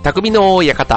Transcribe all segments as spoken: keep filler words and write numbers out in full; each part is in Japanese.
匠の館。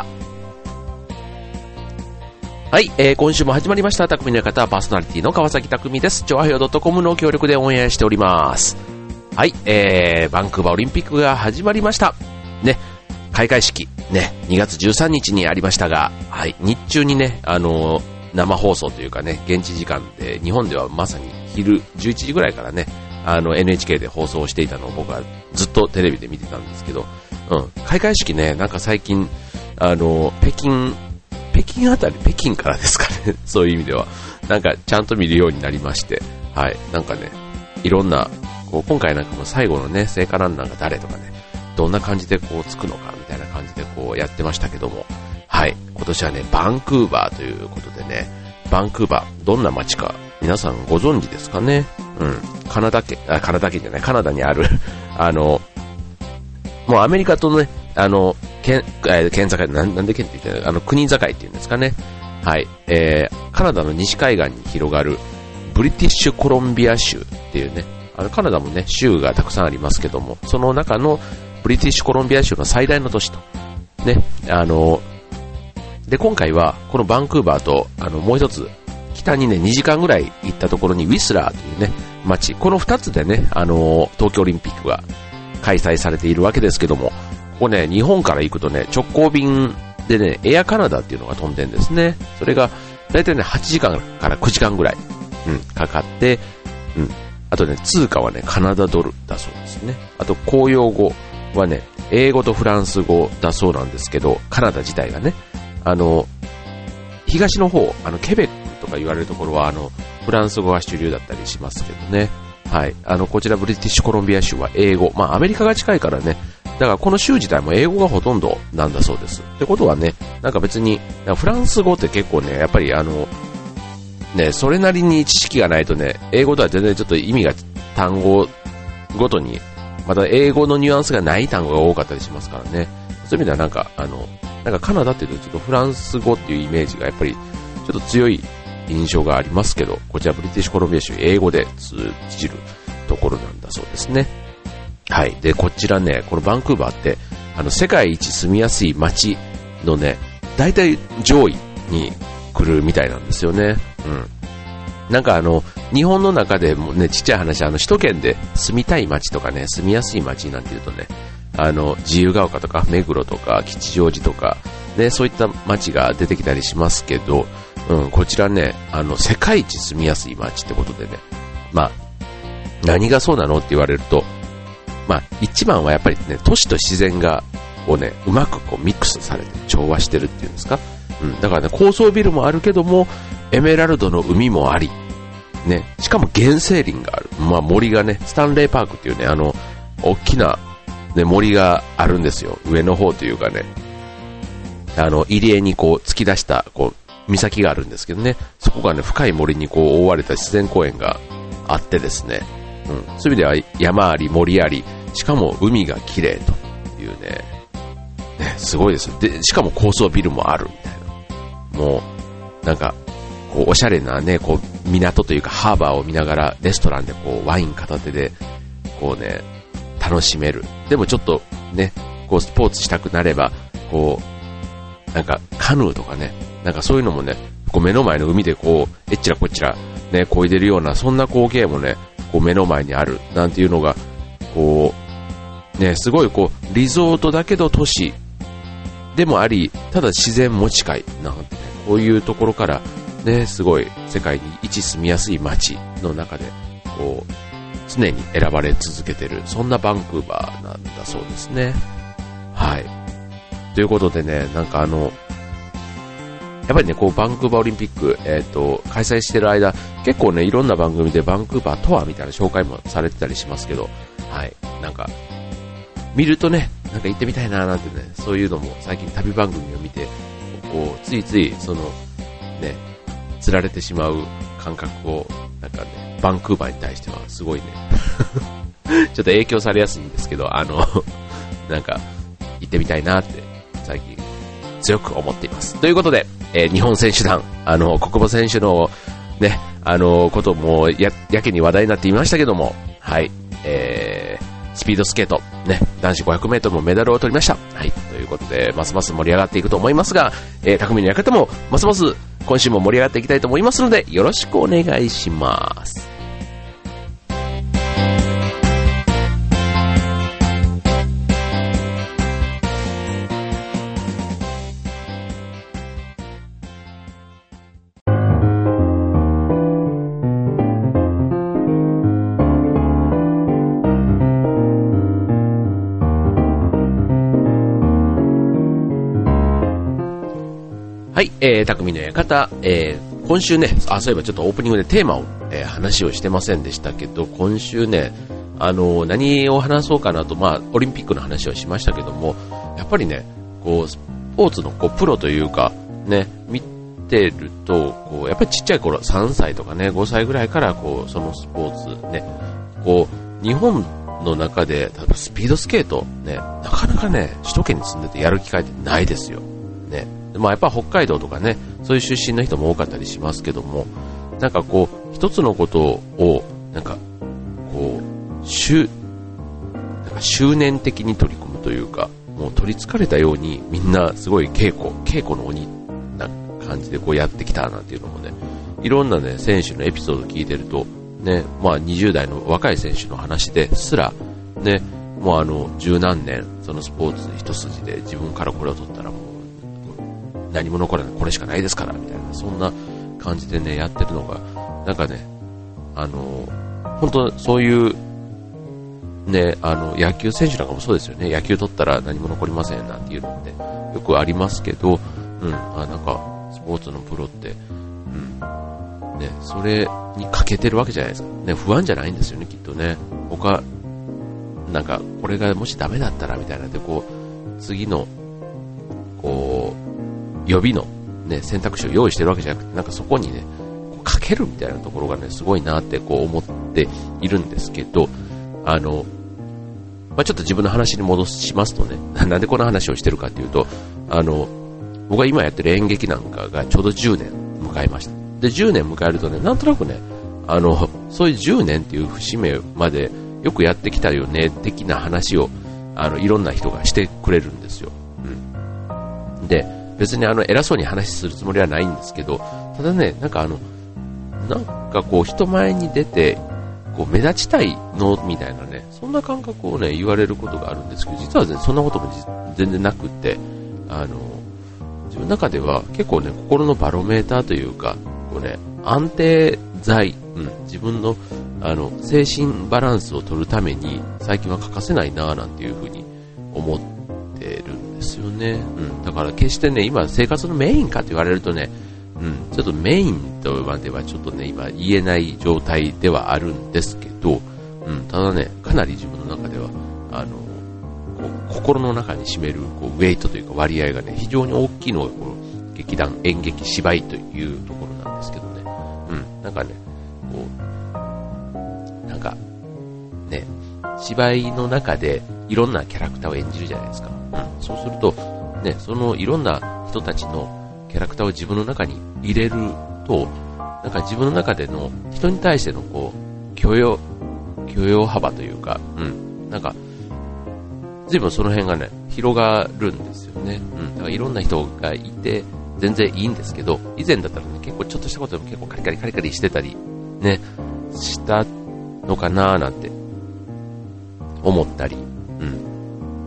はい、えー、今週も始まりました匠の館、パーソナリティの川崎匠です。ちょあひょう .com の協力でオンエアしております。はい、えー、バンクーバーオリンピックが始まりましたね。開会式ね、にがつじゅうさんにちにありましたが、はい、日中にね、あのー、生放送というかね、現地時間で日本ではまさに昼じゅういちじぐらいからね、あの エヌエイチケー で放送していたのを僕はずっとテレビで見てたんですけど、うん、開会式ね、なんか最近あの北京北京あたり北京からですかねそういう意味ではなんかちゃんと見るようになりまして、はい、なんかね、いろんなこう今回なんかも最後のね聖火ランナーが誰とかね、どんな感じでこうつくのかみたいな感じでこうやってましたけども、はい、今年はねバンクーバーということでね、バンクーバーどんな街か皆さんご存知ですかね。うん、カナダ県、あ、カナダ県じゃない、カナダにあるあのもうアメリカとね、あの県、えー、県境な、なんで県って言ってない、あの国境っていうんですかね。はい、えー、カナダの西海岸に広がるブリティッシュコロンビア州っていうね、あのカナダもね州がたくさんありますけども、その中のブリティッシュコロンビア州の最大の都市とね、あので今回はこのバンクーバーとあのもう一つ北にねにじかんぐらい行ったところにウィスラーというね街、このふたつでね、あの東京オリンピックが開催されているわけですけども、ここね日本から行くとね直行便でねエアカナダっていうのが飛んでるんですね。それがだいたいねはちじかんからくじかんぐらい、うん、かかって、うん、あとね通貨はねカナダドルだそうですね。あと公用語はね英語とフランス語だそうなんですけど、カナダ自体がね、あの東の方、あのケベックとか言われるところはあのフランス語が主流だったりしますけどね。はい、あのこちらブリティッシュコロンビア州は英語、まあアメリカが近いからね、だからこの州自体も英語がほとんどなんだそうです。ってことはね、なんか別にフランス語って結構ね、やっぱりあのね、それなりに知識がないとね、英語とは全然ちょっと意味が単語ごとにまた英語のニュアンスがない単語が多かったりしますからね。そういう意味ではなんかあのなんかカナダっていうとちょっとフランス語っていうイメージがやっぱりちょっと強い印象がありますけど、こちらブリティッシュコロンビア州英語で通じるところなんだそうですね。はい。でこちらね、このバンクーバーってあの世界一住みやすい街のね大体上位に来るみたいなんですよね。うん。なんかあの日本の中でもね、ちっちゃい話、あの首都圏で住みたい街とかね、住みやすい街なんていうとね、あの自由が丘とか目黒とか吉祥寺とかね、そういった街が出てきたりしますけど、うん、こちらね、あの世界一住みやすい街ってことでね、まあ何がそうなのって言われると、まあ一番はやっぱりね、都市と自然がこうね、うまくこうミックスされて調和してるっていうんですか、うん、だからね、高層ビルもあるけどもエメラルドの海もありね、しかも原生林がある、まあ森がね、スタンレーパークっていうね、あの大きなね森があるんですよ、上の方というかね、あの入り江にこう突き出したこう岬があるんですけどね、そこがね深い森にこう覆われた自然公園があってですね、うん、そういう意味では山あり森あり、しかも海が綺麗というね、ねすごいですよ。でしかも高層ビルもあるみたいな、もうなんかこうおしゃれなね、こう港というかハーバーを見ながらレストランでこうワイン片手でこうね楽しめる。でもちょっとねこうスポーツしたくなればこうなんかカヌーとかね、なんかそういうのもね、こう目の前の海でこうえっちらこっちらね漕いでるような、そんな光景もねこう目の前にあるなんていうのがこうね、すごいこうリゾートだけど都市でもあり、ただ自然も近いなんてね、こういうところからね、すごい世界に一住みやすい街の中でこう常に選ばれ続けてる、そんなバンクーバーなんだそうですね。はい。ということでね、なんかあのやっぱりね、こうバンクーバーオリンピック、えっと開催してる間、結構ねいろんな番組でバンクーバーとはみたいな紹介もされてたりしますけど、はい、なんか見るとね、なんか行ってみたいななんてね、そういうのも最近旅番組を見てこうついついそのね釣られてしまう感覚をなんかね、バンクーバーに対してはすごいねちょっと影響されやすいんですけど、あのなんか行ってみたいなって最近強く思っています。ということで、えー、日本選手団、あの国母選手のね、あのことも や, やけに話題になっていましたけども、はい、えー、 スピードスケート、ね、男子ごひゃくメートルもメダルを取りました。はい。ということで、ますます盛り上がっていくと思いますが、えー、匠の館も、ますます今週も盛り上がっていきたいと思いますので、よろしくお願いします。はい、えー、匠の館、えー、今週ね、あ、そういえばちょっとオープニングでテーマを、えー、話をしてませんでしたけど、今週ね、あのー、何を話そうかなと、まあ、オリンピックの話をしましたけども、やっぱりね、こう、スポーツのこうプロというか、ね、見てると、こう、やっぱりちっちゃい頃、さんさいとかね、ごさいぐらいから、こう、そのスポーツ、ね、こう、日本の中で、例えばスピードスケート、ね、なかなかね、首都圏に住んでてやる機会ってないですよ。ね。まあやっぱ北海道とかね、そういう出身の人も多かったりしますけども、なんかこう、一つのことを、なんか、こう、執、なんか執念的に取り組むというか、もう取り憑かれたようにみんなすごい稽古、稽古の鬼な感じでこうやってきたなんていうのもね、いろんなね、選手のエピソード聞いてると、ね、まあにじゅう代の若い選手の話ですら、ね、もうあの、十何年、そのスポーツ一筋で自分からこれを取ったらもう、何も残らない、これしかないですから、みたいな、そんな感じでね、やってるのが、なんかね、あの、本当そういう、ね、あの、野球選手なんかもそうですよね、野球取ったら何も残りませんなんていうのってよくありますけど、うん、あ、なんか、スポーツのプロって、うん、ね、それに欠けてるわけじゃないですか。ね、不安じゃないんですよね、きっとね。他、なんか、これがもしダメだったら、みたいなで、こう、次の、こう、予備の、ね、選択肢を用意してるわけじゃなくて、なんかそこにね、こうかけるみたいなところがね、すごいなってこう思っているんですけど、あの、まあ、ちょっと自分の話に戻しますとね、なんでこの話をしてるかっていうと、あの、僕が今やってる演劇なんかがちょうどじゅうねん迎えました。で、じゅうねん迎えるとね、なんとなくね、あの、そういうじゅうねんっていう節目までよくやってきたよね、的な話を、あの、いろんな人がしてくれるんですよ。うん。で、別にあの偉そうに話するつもりはないんですけど、ただね、なんかあの、なんかこう人前に出て、こう目立ちたいのみたいなね、そんな感覚をね、言われることがあるんですけど、実は、ね、そんなことも全然なくって、あの、自分の中では結構ね、心のバロメーターというか、こうね、安定剤、うん、自分のあの、精神バランスを取るために、最近は欠かせないなぁなんていうふうに思ってるんですよね。うん。だから決してね、今生活のメインかと言われるとね、うん、ちょっとメインとまではちょっとね、今言えない状態ではあるんですけど、うん、ただね、かなり自分の中では、あの、こう心の中に占めるこうウェイトというか割合がね、非常に大きいのがこの劇団、演劇、芝居というところなんですけどね。うん、なんかね、こう、なんか、ね、芝居の中でいろんなキャラクターを演じるじゃないですか。うん、そうすると、ね、そのいろんな人たちのキャラクターを自分の中に入れると、なんか自分の中での人に対してのこう許容許容幅というか、うん、なんか随分その辺がね広がるんですよね。うん、だからいろんな人がいて全然いいんですけど、以前だったらね結構ちょっとしたことでも結構カリカリカリカリしてたりねしたのかなーなんて思ったり、うん、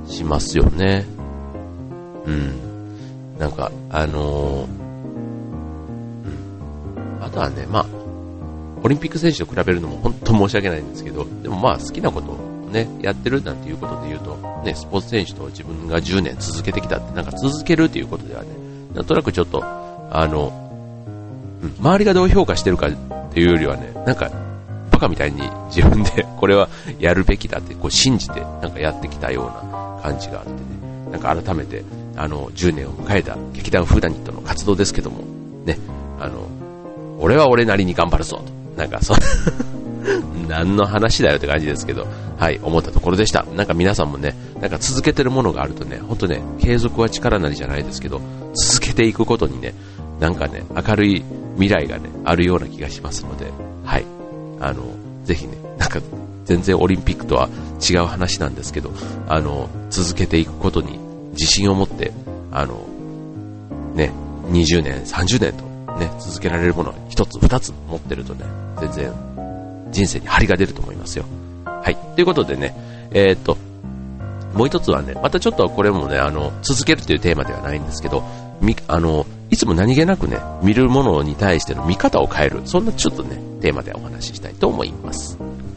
しますよね。うん。なんか、あのー、うん。あとはね、まあ、オリンピック選手と比べるのも本当申し訳ないんですけど、でもまあ好きなことをね、やってるなんていうことで言うと、ね、スポーツ選手と自分がじゅうねん続けてきたって、なんか続けるっていうことではね、なんとなくちょっと、あの、うん、周りがどう評価してるかっていうよりはね、なんか、バカみたいに自分でこれはやるべきだってこう信じてなんかやってきたような感じがあってね、なんか改めて、あの、じゅうねんを迎えた劇団フーダニットの活動ですけども、ね、あの、俺は俺なりに頑張るぞと。なんか、そ、何の話だよって感じですけど、はい、思ったところでした。なんか皆さんもね、なんか続けてるものがあるとね、ほんとね、継続は力なりじゃないですけど、続けていくことにね、なんかね、明るい未来がね、あるような気がしますので、はい、あの、ぜひね、なんか、 全然オリンピックとは違う話なんですけど、あの、続けていくことに自信を持って、あの、ね、にじゅうねん、さんじゅうねんとね、続けられるものを一つ、二つ持ってるとね、全然人生に張りが出ると思いますよ。はい。ということでね、えー、っと、もう一つはね、またちょっとこれもね、あの、続けるというテーマではないんですけど、み、あの、いつも何気なくね、見るものに対しての見方を変える、そんなちょっとね、テーマでお話ししたいと思います。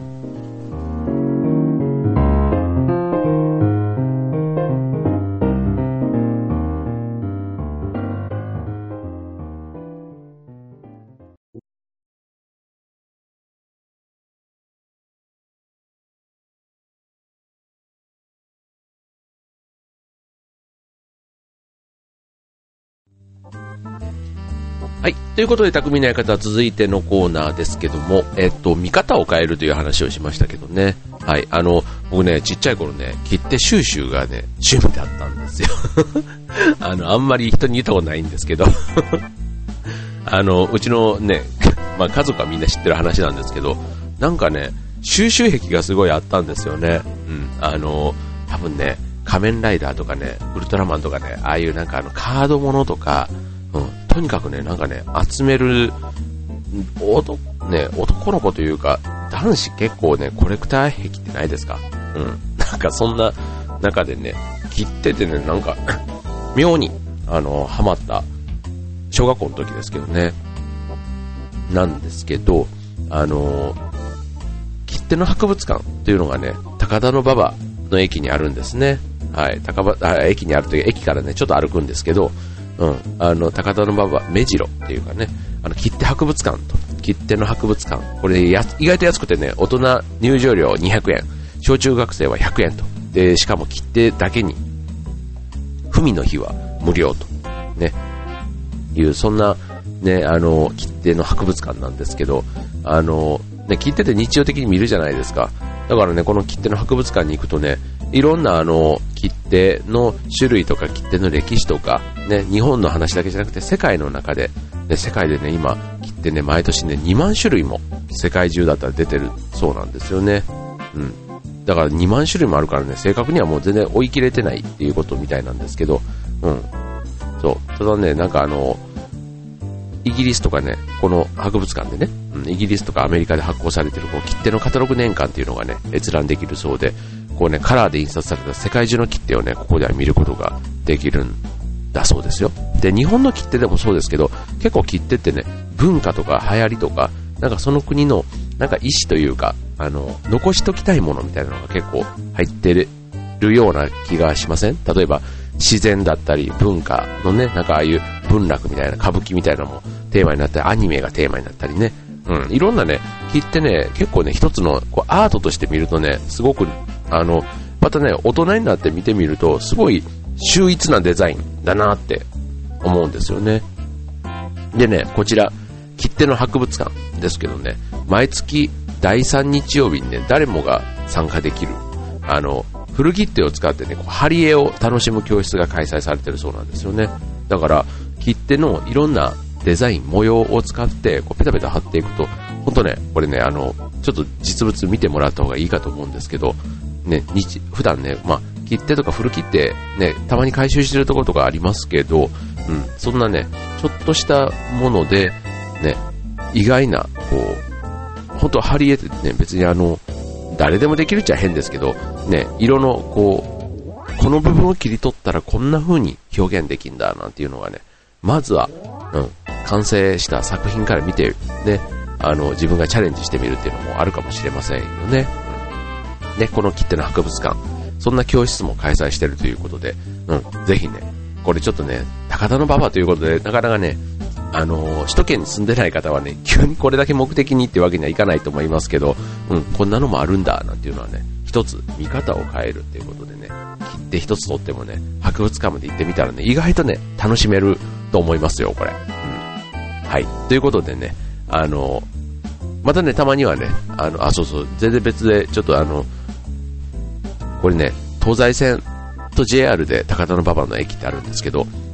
はい。ということで、匠の館、続いてのコーナーですけども、えっと、見方を変えるという話をしましたけどね。はい。あの、僕ね、ちっちゃい頃ね、切手収集がね、趣味だったんですよ。あの、あんまり人に言ったことないんですけど。あの、うちのね、まあ家族はみんな知ってる話なんですけど、なんかね、収集癖がすごいあったんですよね。うん。あの、多分ね、仮面ライダーとかね、ウルトラマンとかね、ああいうなんかあの、カードものとか、うん、とにかくね、なんかね、集める、おと、ね、男の子というか、男子結構ね、コレクター癖ってないですか？うん。なんかそんな中でね、切っててね、なんか、妙に、あの、ハマった、小学校の時ですけどね、なんですけど、あの、切手の博物館というのがね、高田馬場の駅にあるんですね。はい、高場、あ、駅にあるという、駅からね、ちょっと歩くんですけど、うん、あの、高田馬場、目白っていうかね、あの、切手博物館と、切手の博物館、これや、意外と安くてね、大人入場料にひゃくえん、小中学生はひゃくえんと、で、しかも切手だけに、文の日は無料と、ね、いう、そんな、ね、あの、切手の博物館なんですけど、あの、ね、切手って日常的に見るじゃないですか。だからね、この切手の博物館に行くとね、いろんなあの切手の種類とか切手の歴史とか、ね、日本の話だけじゃなくて世界の中で、ね、世界でね、今切手ね、毎年ね、にまん種類も世界中だったら出てるそうなんですよね。うん。だからにまん種類もあるからね、正確にはもう全然追い切れてないっていうことみたいなんですけど、うん。そう。ただね、なんかあの、イギリスとかね、この博物館でね、うん、イギリスとかアメリカで発行されているこう切手のカタログ年間っていうのがね、閲覧できるそうで、こうね、カラーで印刷された世界中の切手をね、ここでは見ることができるんだそうですよ。で、日本の切手でもそうですけど、結構切手ってね、文化とか流行りとか、なんかその国の、なんか意思というか、あの、残しときたいものみたいなのが結構入ってるような気がしません？例えば、自然だったり、文化のね、なんかああいう文楽みたいな、歌舞伎みたいなのもテーマになったり、アニメがテーマになったりね、うん、いろんなね、切手ね、結構ね、一つのこうアートとして見るとね、すごく、あの、またね、大人になって見てみると、すごい秀逸なデザインだなって思うんですよね。でね、こちら、切手の博物館ですけどね、毎月だいさん日曜日にね、誰もが参加できる、あの、古切手を使ってね、こう貼り絵を楽しむ教室が開催されてるそうなんですよね。だから、切手のいろんなデザイン、模様を使って、こうペタペタ貼っていくと、ほんとね、これね、あの、ちょっと実物見てもらった方がいいかと思うんですけど、ね、日、普段ね、まあ、切手とか古切手、ね、たまに回収してるところとかありますけど、うん、そんなね、ちょっとしたもので、ね、意外な、こう、ほんと貼り絵ってね、別にあの、誰でもできるっちゃ変ですけど、ね、色の、こう、この部分を切り取ったらこんな風に表現できんだ、なんていうのがね、まずは、うん、完成した作品から見て、ね、あの、自分がチャレンジしてみるっていうのもあるかもしれませんよね。うん、ね、この切手の博物館、そんな教室も開催してるということで、うん、ぜひね、これちょっとね、高田馬場ということで、なかなかね、あのー、首都圏に住んでない方はね、急にこれだけ目的にってわけにはいかないと思いますけど、うん、こんなのもあるんだ、なんていうのはね、一つ見方を変えるっていうことでね、切手一つ取ってもね、博物館まで行ってみたらね、意外とね、楽しめると思いますよ、これ。うん。はい。ということでね、あのー、またね、たまにはね、あの、あ、そうそう、全然別で、ちょっとあの、これね、東西線と ジェイアール で高田馬場の駅ってあるんですけど、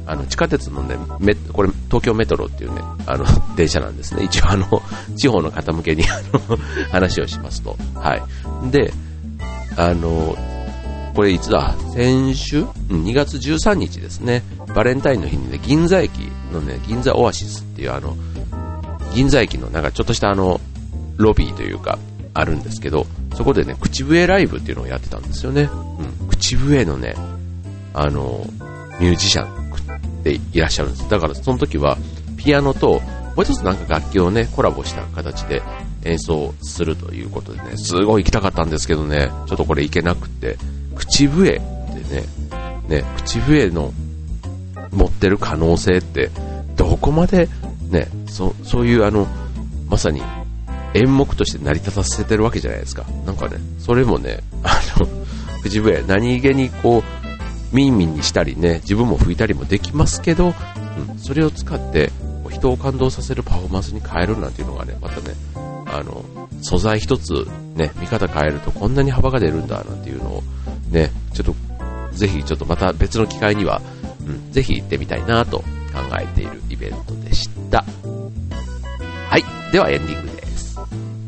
あの、地下鉄のね、メこれ、東京メトロっていうね、あの、電車なんですね。一応あの、地方の方向けにあの、話をしますと。はい。で、あの、これいつだ先週、うん、にがつじゅうさんにちですね。バレンタインの日にね、銀座駅のね、銀座オアシスっていうあの、銀座駅のなんかちょっとしたあの、ロビーというか、あるんですけど、そこでね、口笛ライブっていうのをやってたんですよね。うん、口笛のね、あの、ミュージシャンでいらっしゃるんです。だからその時は、ピアノと、もう一つなんか楽器をね、コラボした形で演奏するということでね、すごい行きたかったんですけどね、ちょっとこれ行けなくって、口笛ってね、ね、口笛の持ってる可能性って、どこまでね、そ、そういうあの、まさに演目として成り立たせてるわけじゃないですか。なんかね、それもね、あの、口笛、何気にこう、ミンミンにしたりね、自分も吹いたりもできますけど、うん、それを使って人を感動させるパフォーマンスに変えるなんていうのがね、またね、あの、素材一つね、見方変えるとこんなに幅が出るんだなんていうのをね、ちょっと、ぜひちょっとまた別の機会には、うん、ぜひ行ってみたいなと考えているイベントでした。はい、ではエンディングです。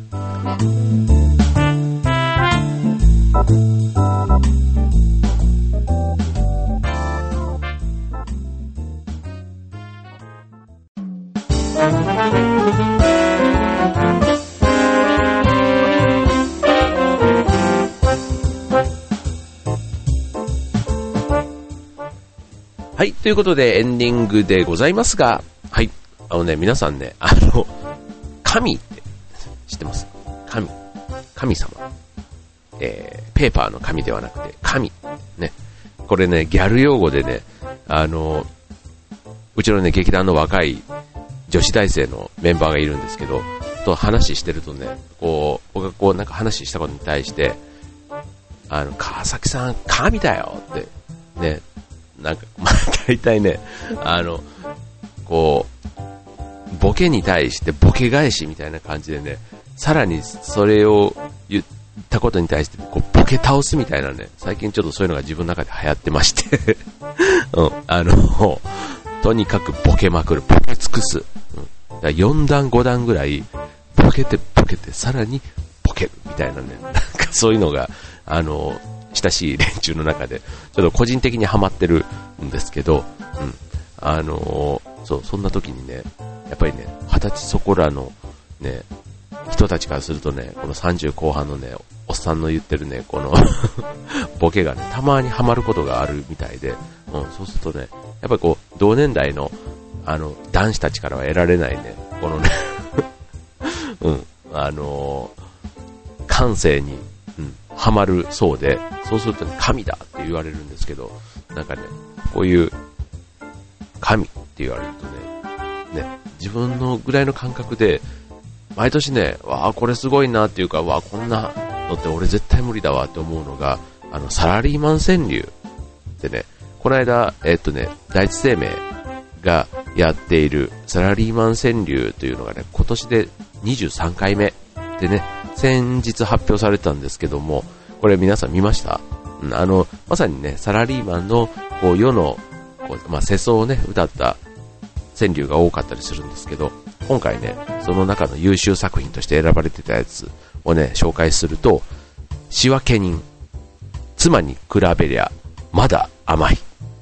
はい。ということで、エンディングでございますが、はい。あのね、皆さんね、あの、神って知ってます？神。神様。えー、ペーパーの神ではなくて、神。ね。これね、ギャル用語でね、あの、うちのね、劇団の若い女子大生のメンバーがいるんですけど、と話してるとね、こう、僕がこう、なんか話したことに対して、あの、川崎さん、神だよって、ね、なんか、まあ、大体ね、あの、こう、ボケに対してボケ返しみたいな感じでね、さらにそれを言ったことに対して、こう、ボケ倒すみたいなね、最近ちょっとそういうのが自分の中で流行ってまして、うん、あの、とにかくボケまくる、ボケ尽くす。うん、だからよんだんごだんぐらい、ボケてボケて、さらにボケるみたいなね、なんかそういうのが、あの、親しい連中の中で、ちょっと個人的にハマってるんですけど、うん。あのー、そう、そんな時にね、やっぱりね、二十歳そこらのね、人たちからするとね、このさんじゅう後半のね、おっさんの言ってるね、このボケがね、たまにハマることがあるみたいで、うん、そうするとね、やっぱりこう、同年代の、あの、男子たちからは得られないね、このね、うん、あのー、感性に、うん、ハマるそうで、そうするとね、神だって言われるんですけど、なんかね、こういう、神って言われるとね、ね、自分のぐらいの感覚で、毎年ね、わあ、これすごいなっていうか、わあ、こんなのって俺絶対無理だわって思うのが、あの、サラリーマン川柳ってね、この間、えっとね、第一生命がやっているサラリーマン川柳というのがね、今年でにじゅうさんかいめでね、先日発表されたんですけども、これ皆さん見ました？うん、あの、まさにね、サラリーマンの、こう、世の、こう、まあ、世相をね、歌った川柳が多かったりするんですけど、今回ね、その中の優秀作品として選ばれてたやつをね、紹介すると、仕分け人、妻に比べりゃ、まだ甘い。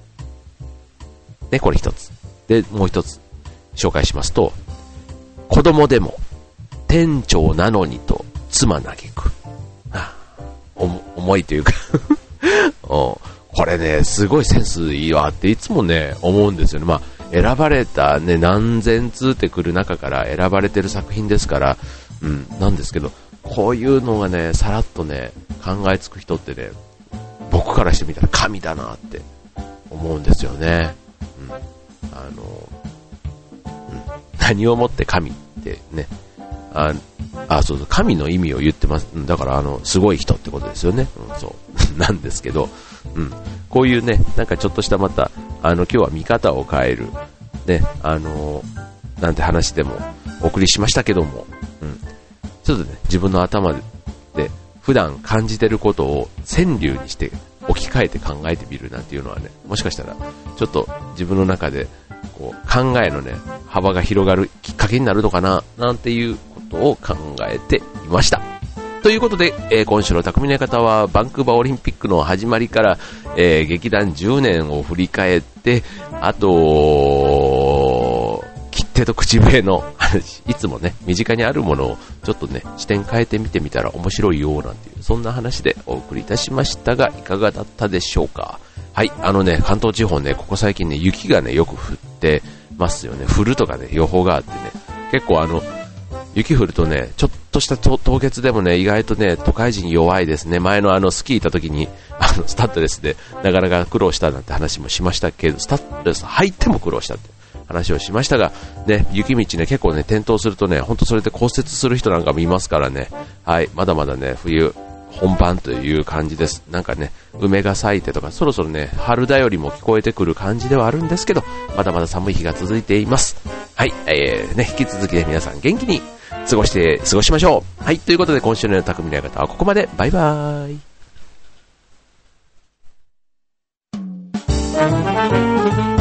ね、これ一つ。で、もう一つ、紹介しますと、子供でも、店長なのにと、妻嘆く。ああ、重いというかこれね、すごいセンスいいわっていつもね、思うんですよね。まあ、選ばれたね、何千通ってくる中から選ばれてる作品ですから、うん、なんですけど、こういうのがね、さらっとね、考えつく人ってね、僕からしてみたら神だなって思うんですよね。うん、あの、うん、何をもって神ってね、あ、あ、そうそう、神の意味を言ってます。だから、あの、すごい人ってことですよね。うん、そう。なんですけど、うん。こういうね、なんかちょっとしたまた、あの、今日は見方を変える、ね、あの、なんて話でもお送りしましたけども、うん。ちょっとね、自分の頭で、普段感じてることを川柳にして、 置き換えて考えてみるなんていうのはね、もしかしたらちょっと自分の中でこう考えのね幅が広がるきっかけになるのかななんていうことを考えていました。ということで、えー、今週の匠の館はバンクーバーオリンピックの始まりから、えー、劇団じゅうねんを振り返って、あと切手と口笛の話、いつもね身近にあるものをちょっとね視点変えてみてみたら面白いよなんていう、そんな話でお送りいたしましたが、いかがだったでしょうか。はい、あのね関東地方ね、ここ最近ね雪がねよく降ってますよね。降るとかね予報があってね、結構あの雪降るとね、ちょっとした凍結でもね、意外とね、都会人弱いですね。前のあのスキー行った時に、あのスタッドレスでなかなか苦労したなんて話もしましたけど、スタッドレス履いても苦労したって話をしましたが、ね、雪道ね、結構ね、転倒するとね、ほんとそれで骨折する人なんかもいますからね、はい、まだまだね、冬、本番という感じです。なんかね、梅が咲いてとか、そろそろね、春だよりも聞こえてくる感じではあるんですけど、まだまだ寒い日が続いています。はい、えー、ね、引き続きね、皆さん元気に過ごして、過ごしましょう。はい、ということで今週の匠の館はここまで。バイバーイ。